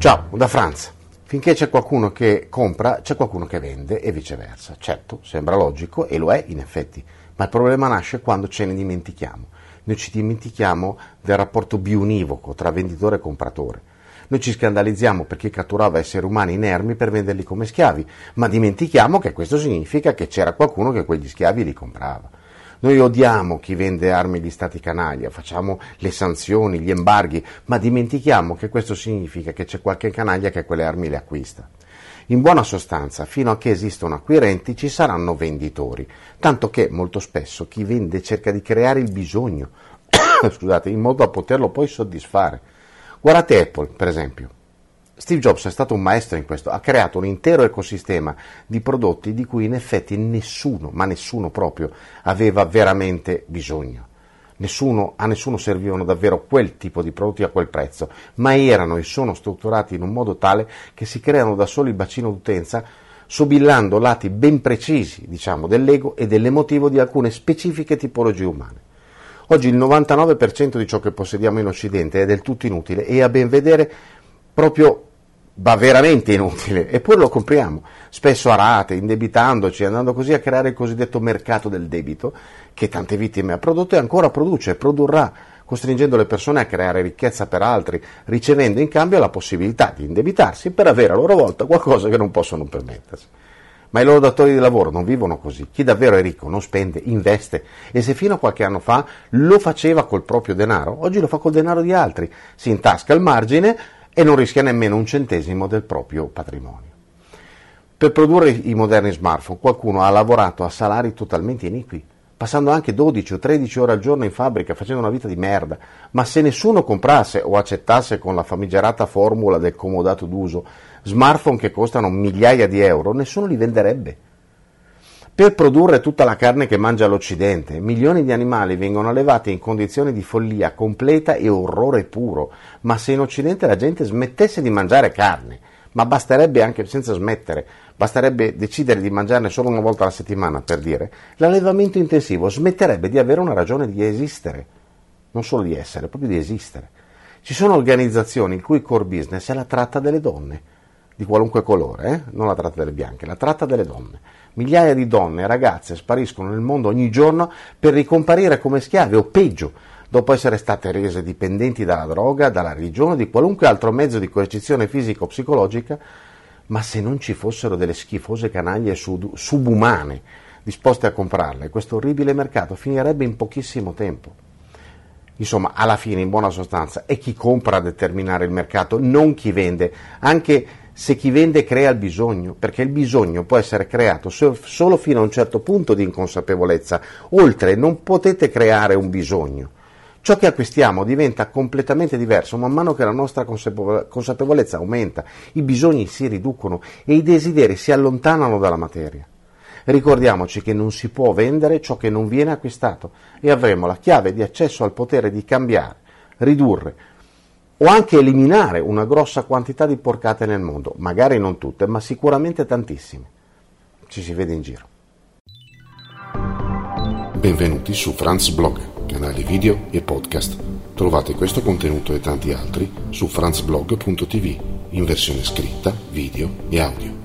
Ciao, da Franz. Finché c'è qualcuno che compra, c'è qualcuno che vende e viceversa. Certo, sembra logico e lo è in effetti, ma il problema nasce quando ce ne dimentichiamo. Noi ci dimentichiamo del rapporto bionivoco tra venditore e compratore. Noi ci scandalizziamo perché catturava esseri umani inermi per venderli come schiavi, ma dimentichiamo che questo significa che c'era qualcuno che quegli schiavi li comprava. Noi odiamo chi vende armi agli stati canaglia, facciamo le sanzioni, gli embarghi, ma dimentichiamo che questo significa che c'è qualche canaglia che quelle armi le acquista. In buona sostanza, fino a che esistono acquirenti ci saranno venditori, tanto che molto spesso chi vende cerca di creare il bisogno, in modo da poterlo poi soddisfare. Guardate Apple, per esempio. Steve Jobs è stato un maestro in questo, ha creato un intero ecosistema di prodotti di cui in effetti nessuno, ma nessuno proprio, aveva veramente bisogno. A nessuno servivano davvero quel tipo di prodotti a quel prezzo, ma erano e sono strutturati in un modo tale che si creano da soli il bacino d'utenza, sobillando lati ben precisi, dell'ego e dell'emotivo di alcune specifiche tipologie umane. Oggi il 99% di ciò che possediamo in Occidente è del tutto inutile e a ben vedere proprio va veramente inutile, eppure lo compriamo, spesso a rate, indebitandoci, andando così a creare il cosiddetto mercato del debito, che tante vittime ha prodotto e ancora produce e produrrà, costringendo le persone a creare ricchezza per altri, ricevendo in cambio la possibilità di indebitarsi per avere a loro volta qualcosa che non possono permettersi. Ma i loro datori di lavoro non vivono così. Chi davvero è ricco non spende, investe, e se fino a qualche anno fa lo faceva col proprio denaro, oggi lo fa col denaro di altri, si intasca il margine e non rischia nemmeno un centesimo del proprio patrimonio. Per produrre i moderni smartphone qualcuno ha lavorato a salari totalmente iniqui, passando anche 12 o 13 ore al giorno in fabbrica, facendo una vita di merda, ma se nessuno comprasse o accettasse con la famigerata formula del comodato d'uso smartphone che costano migliaia di euro, nessuno li venderebbe. Per produrre tutta la carne che mangia l'Occidente, milioni di animali vengono allevati in condizioni di follia completa e orrore puro, ma se in Occidente la gente smettesse di mangiare carne, ma basterebbe anche senza smettere, basterebbe decidere di mangiarne solo una volta alla settimana, per dire, l'allevamento intensivo smetterebbe di avere una ragione di esistere, non solo di essere, proprio di esistere. Ci sono organizzazioni il cui core business è la tratta delle donne, di qualunque colore, non la tratta delle bianche, la tratta delle donne. Migliaia di donne e ragazze spariscono nel mondo ogni giorno per ricomparire come schiave o peggio, dopo essere state rese dipendenti dalla droga, dalla religione, di qualunque altro mezzo di coercizione fisica o psicologica, ma se non ci fossero delle schifose canaglie subumane disposte a comprarle, questo orribile mercato finirebbe in pochissimo tempo. Insomma, alla fine, in buona sostanza, è chi compra a determinare il mercato, non chi vende, anche se chi vende crea il bisogno, perché il bisogno può essere creato solo fino a un certo punto di inconsapevolezza, oltre non potete creare un bisogno. Ciò che acquistiamo diventa completamente diverso man mano che la nostra consapevolezza aumenta, i bisogni si riducono e i desideri si allontanano dalla materia. Ricordiamoci che non si può vendere ciò che non viene acquistato e avremo la chiave di accesso al potere di cambiare, ridurre o anche eliminare una grossa quantità di porcate nel mondo, magari non tutte, ma sicuramente tantissime. Ci si vede in giro. Benvenuti su Franz Blog, canale video e podcast. Trovate questo contenuto e tanti altri su franzblog.tv in versione scritta, video e audio.